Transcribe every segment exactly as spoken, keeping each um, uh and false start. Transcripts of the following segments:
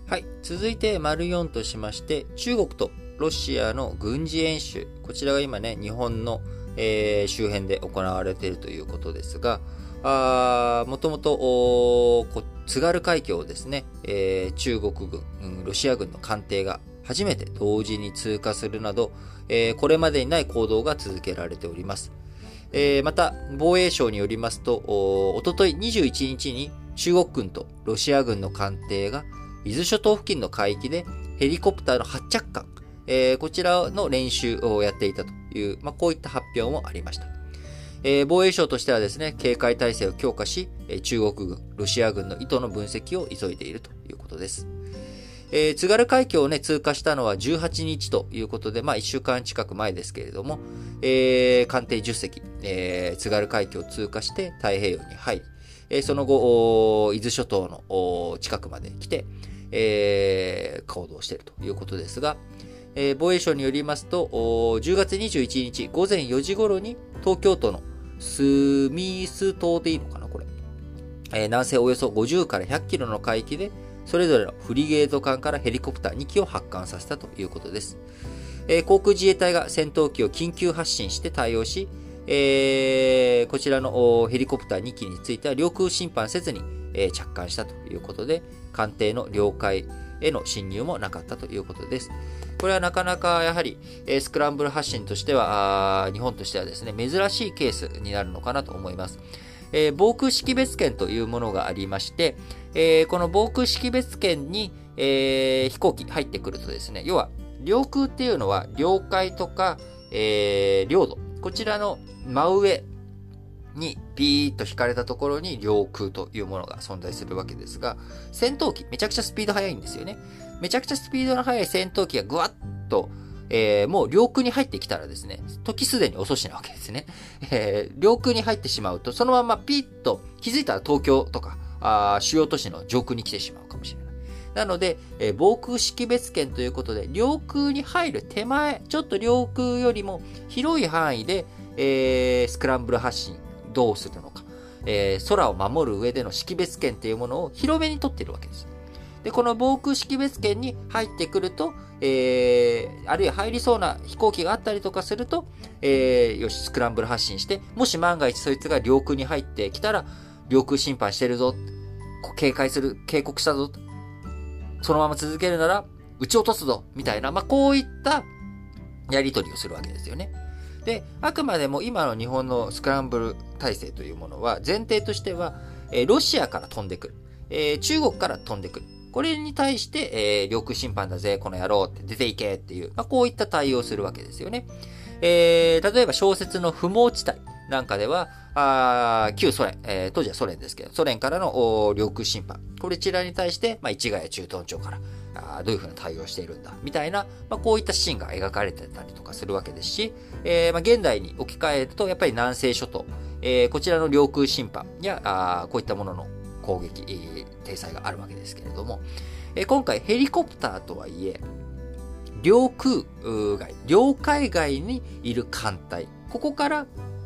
はい。続いて、丸よんとしまして、中国とロシアの軍事演習。こちらが今ね、日本の、えー、周辺で行われているということですが、あもともと、津軽海峡をですね、えー、中国軍、うん、ロシア軍の艦艇が初めて同時に通過するなど、えー、これまでにない行動が続けられております。えー、また、防衛省によりますと、お、おとといにじゅういちにちに中国軍とロシア軍の艦艇が伊豆諸島付近の海域でヘリコプターの発着艦、えー、こちらの練習をやっていたという、まあ、こういった発表もありました。えー、防衛省としてはですね、警戒態勢を強化し、中国軍、ロシア軍の意図の分析を急いでいるということです。えー、津軽海峡をね、通過したのはじゅうはちにちということで、まあいっしゅうかん近く前ですけれども、えー、艦艇じゅっせき、えー、津軽海峡を通過して太平洋に入り、えー、その後、伊豆諸島の近くまで来て、えー、行動しているということですが、えー、防衛省によりますと、じゅうがつにじゅういちにちごぜんよじ頃に東京都のスミス島でいいのかなこれ、えー、南西およそごじゅうからひゃっキロの海域で、それぞれのフリゲート艦からヘリコプターにきを発艦させたということです。えー、航空自衛隊が戦闘機を緊急発進して対応し、えー、こちらのヘリコプターにきについては領空侵犯せずに、えー、着艦したということで、艦艇の領海への侵入もなかったということです。これはなかなかやはり、えー、スクランブル発進としては、日本としてはですね、珍しいケースになるのかなと思います。えー、防空識別圏というものがありまして、えー、この防空識別圏に、えー、飛行機入ってくるとですね、要は領空っていうのは領海とか、えー、領土、こちらの真上にピーッと引かれたところに領空というものが存在するわけですが、戦闘機めちゃくちゃスピード速いんですよね。めちゃくちゃスピードの速い戦闘機がぐわっとえー、もう領空に入ってきたらですね、時すでに遅しなわけですね。えー、領空に入ってしまうと、そのままピッと気づいたら東京とか、あ主要都市の上空に来てしまうかもしれない。なので、えー、防空識別圏ということで、領空に入る手前、ちょっと領空よりも広い範囲で、えー、スクランブル発進どうするのか、えー、空を守る上での識別圏というものを広めに取っているわけです。で、この防空識別圏に入ってくると、えー、あるいは入りそうな飛行機があったりとかすると、えー、よし、スクランブル発進して、もし万が一そいつが領空に入ってきたら、領空侵犯してるぞ、警戒する、警告したぞ、そのまま続けるなら、撃ち落とすぞ、みたいな、まあ、こういったやり取りをするわけですよね。で、あくまでも今の日本のスクランブル体制というものは、前提としては、えー、ロシアから飛んでくる、えー、中国から飛んでくる。これに対して、えー、領空侵犯だぜ、この野郎って出ていけっていう、まあ、こういった対応をするわけですよね。えー、例えば小説の不毛地帯なんかでは、あ旧ソ連、えー、当時はソ連ですけど、ソ連からの領空侵犯。こちらに対して、まあ、市ヶ谷駐屯長から、あどういうふうな対応をしているんだ、みたいな、まあ、こういったシーンが描かれてたりとかするわけですし、えー、まあ、現代に置き換えると、やっぱり南西諸島、えー、こちらの領空侵犯や、あこういったものの攻撃、体裁があるわけですけれども、え今回ヘリコプターとはいえ、領空外、領海外にいる艦隊、ここから、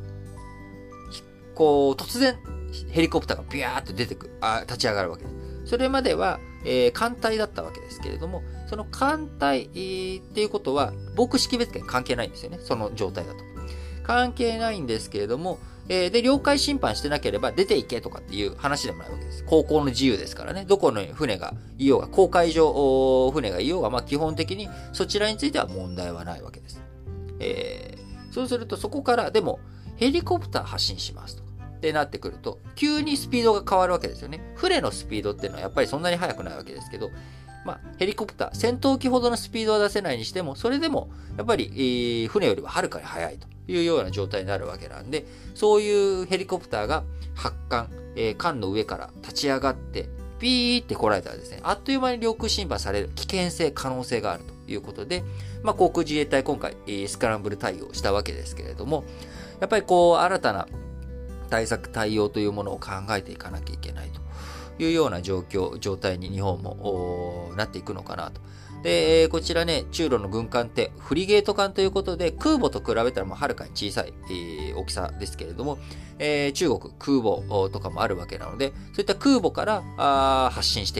こう、突然、ヘリコプターがビャーっと出てくる、あ立ち上がるわけです。それまでは、えー、艦隊だったわけですけれども、その艦隊、えー、っていうことは、防空識別圏関係ないんですよね、その状態だと。関係ないんですけれども、えー、で、領海侵犯してなければ出ていけとかっていう話でもないわけです。航行の自由ですからね。どこの船がいようが、航海上船がいようが、まあ基本的にそちらについては問題はないわけです。えー、そうするとそこから、でもヘリコプター発進しますとかってなってくると、急にスピードが変わるわけですよね。船のスピードっていうのはやっぱりそんなに速くないわけですけど、まあ、ヘリコプター、戦闘機ほどのスピードは出せないにしても、それでも、やっぱり、えー、船よりははるかに速いというような状態になるわけなんで、そういうヘリコプターが発艦、えー、艦の上から立ち上がって、ピーって来られたらですね、あっという間に領空侵犯される危険性、可能性があるということで、まあ、航空自衛隊今回、えー、スクランブル対応したわけですけれども、やっぱりこう、新たな対策、対応というものを考えていかなきゃいけないというような状況、状態に日本もなっていくのかなと。で、こちらね、中ロの軍艦ってフリゲート艦ということで、空母と比べたらもうはるかに小さい、えー、大きさですけれども、えー、中国空母とかもあるわけなので、そういった空母からあ発進してくると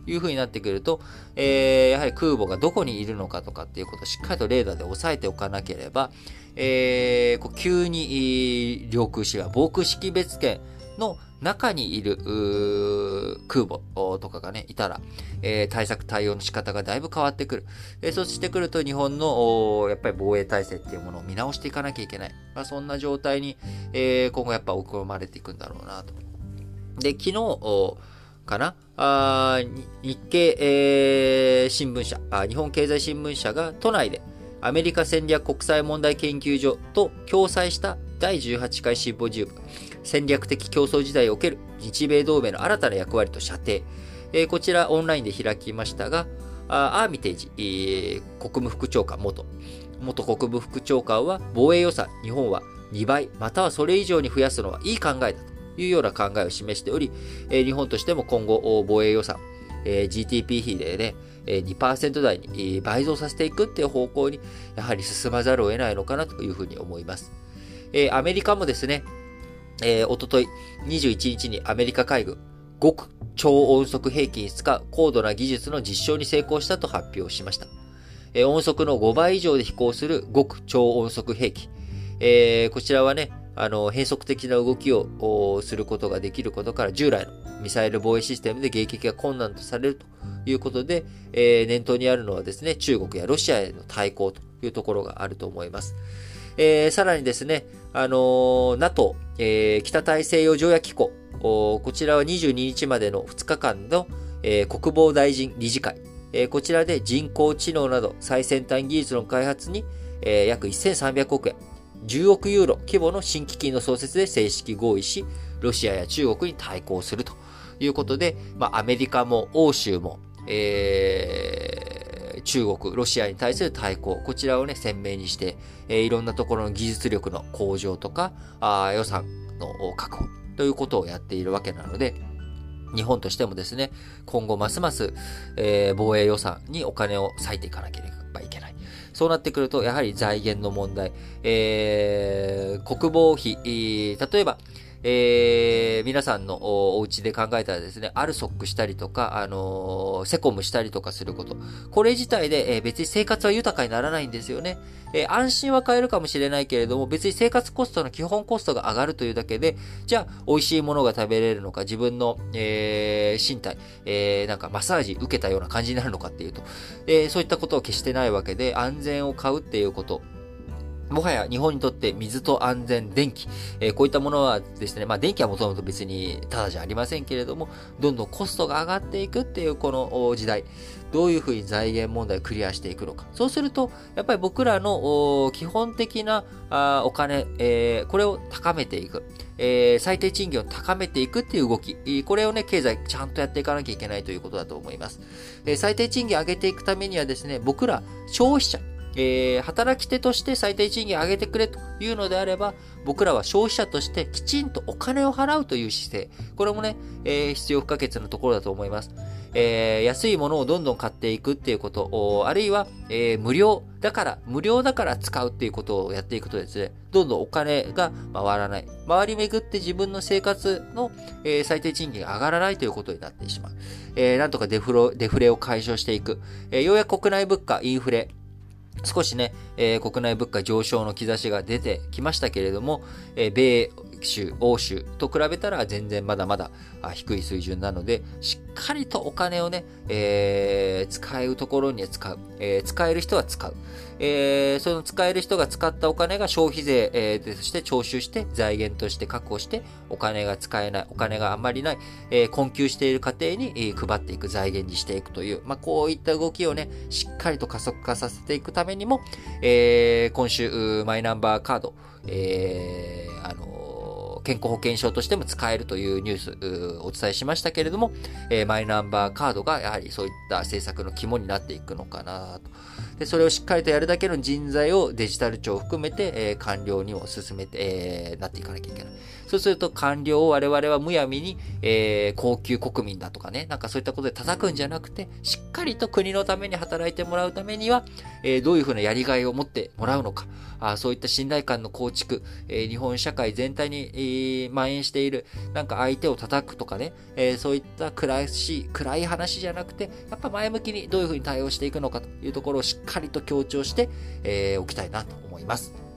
いう風になってくると、えー、やはり空母がどこにいるのかとかっていうことをしっかりとレーダーで押さえておかなければ、えー、こう急に領空支配、防空識別圏の中にいる空母とかがね、いたら、えー、対策対応の仕方がだいぶ変わってくる。えー、そうしてくると日本のやっぱり防衛体制っていうものを見直していかなきゃいけない。まあ、そんな状態に、えー、今後やっぱ送まれていくんだろうなと。で、昨日かなあ日経、えー、新聞社あ、日本経済新聞社が都内でアメリカ戦略国際問題研究所と共催しただいじゅうはちかいシンポジウム、戦略的競争時代における日米同盟の新たな役割と射程、えー、こちらオンラインで開きましたが、アーミテージ、えー、国務副長官元、元国務副長官は防衛予算、日本はにばいまたはそれ以上に増やすのはいい考えだというような考えを示しており、えー、日本としても今後防衛予算、えー、ジーティーピー 比でね、にパーセント 台に倍増させていくっていう方向にやはり進まざるを得ないのかなというふうに思います。えー、アメリカもですね、えー、おとといにじゅういちにちにアメリカ海軍極超音速兵器に使う高度な技術の実証に成功したと発表しました。えー、音速のごばい以上で飛行する極超音速兵器。えー、こちらはね、あの、変則的な動きをすることができることから従来のミサイル防衛システムで迎撃が困難とされるということで、えー、念頭にあるのはですね、中国やロシアへの対抗というところがあると思います。えー、さらにですね、あのー、NATO、えー、北大西洋条約機構、こちらはにじゅうににちまでのふつかかんの、えー、国防大臣理事会、えー、こちらで人工知能など最先端技術の開発に、えー、約せんさんびゃくおくえん、じゅうおくユーロ規模の新基金の創設で正式合意し、ロシアや中国に対抗するということで、まあ、アメリカも欧州も、えー、中国、ロシアに対する対抗、こちらをね、鮮明にして、えー、いろんなところの技術力の向上とか、あ予算の確保ということをやっているわけなので、日本としてもですね、今後ますます、えー、防衛予算にお金を割いていかなければいけない。そうなってくると、やはり財源の問題、えー、国防費、例えば、えー、皆さんのお家で考えたらですね、アルソックしたりとか、あのー、セコムしたりとかすること。これ自体で、えー、別に生活は豊かにならないんですよね。えー、安心は買えるかもしれないけれども、別に生活コストの基本コストが上がるというだけで、じゃあ、美味しいものが食べれるのか、自分の、えー、身体、えー、なんかマッサージ受けたような感じになるのかっていうと、えー、そういったことを決してないわけで、安全を買うっていうこと、もはや日本にとって水と安全、電気、えー、こういったものはですね、まあ電気はもともと別にただじゃありませんけれども、どんどんコストが上がっていくっていうこの時代、どういうふうに財源問題をクリアしていくのか。そうすると、やっぱり僕らの基本的なあお金、えー、これを高めていく。えー、最低賃金を高めていくっていう動き。これをね、経済ちゃんとやっていかなきゃいけないということだと思います。えー、最低賃金上げていくためにはですね、僕ら消費者、えー、働き手として最低賃金上げてくれというのであれば、僕らは消費者としてきちんとお金を払うという姿勢。これもね、えー、必要不可欠なところだと思います。えー、安いものをどんどん買っていくっていうこと、あるいは、えー、無料だから、無料だから使うっていうことをやっていくとですね、どんどんお金が回らない。回り巡って自分の生活の、えー、最低賃金が上がらないということになってしまう。えー、なんとかデフロ、デフレを解消していく。えー、ようやく国内物価、インフレ、少しね、えー、国内物価上昇の兆しが出てきましたけれども、えー、米州、欧州と比べたら全然まだまだ低い水準なので、しっかりとお金をね、えー、使えるところには使う、えー。使える人は使う。えー、その使える人が使ったお金が消費税、えー、として徴収して財源として確保して、お金が使えない、お金があんまりない、えー、困窮している家庭に、えー、配っていく、財源にしていくという、まあ、こういった動きをね、しっかりと加速化させていくためにも、えー、今週、マイナンバーカード、えー、あの健康保険証としても使えるというニュースお伝えしましたけれども、えー、マイナンバーカードがやはりそういった政策の肝になっていくのかなと。で、それをしっかりとやるだけの人材をデジタル庁を含めて、えー、官僚にも進めて、えー、なっていかなきゃいけない。 そうすると官僚を我々はむやみに、えー、高級国民だとかね、なんかそういったことで叩くんじゃなくて、しっかりと国のために働いてもらうためには、えー、どういうふうなやりがいを持ってもらうのか、あそういった信頼感の構築、えー、日本社会全体に、えー、蔓延している、なんか相手を叩くとかね、えー、そういった暗いし、暗い話じゃなくて、やっぱ前向きにどういうふうに対応していくのかというところをしっかりと強調して、えー、おきたいなと思います。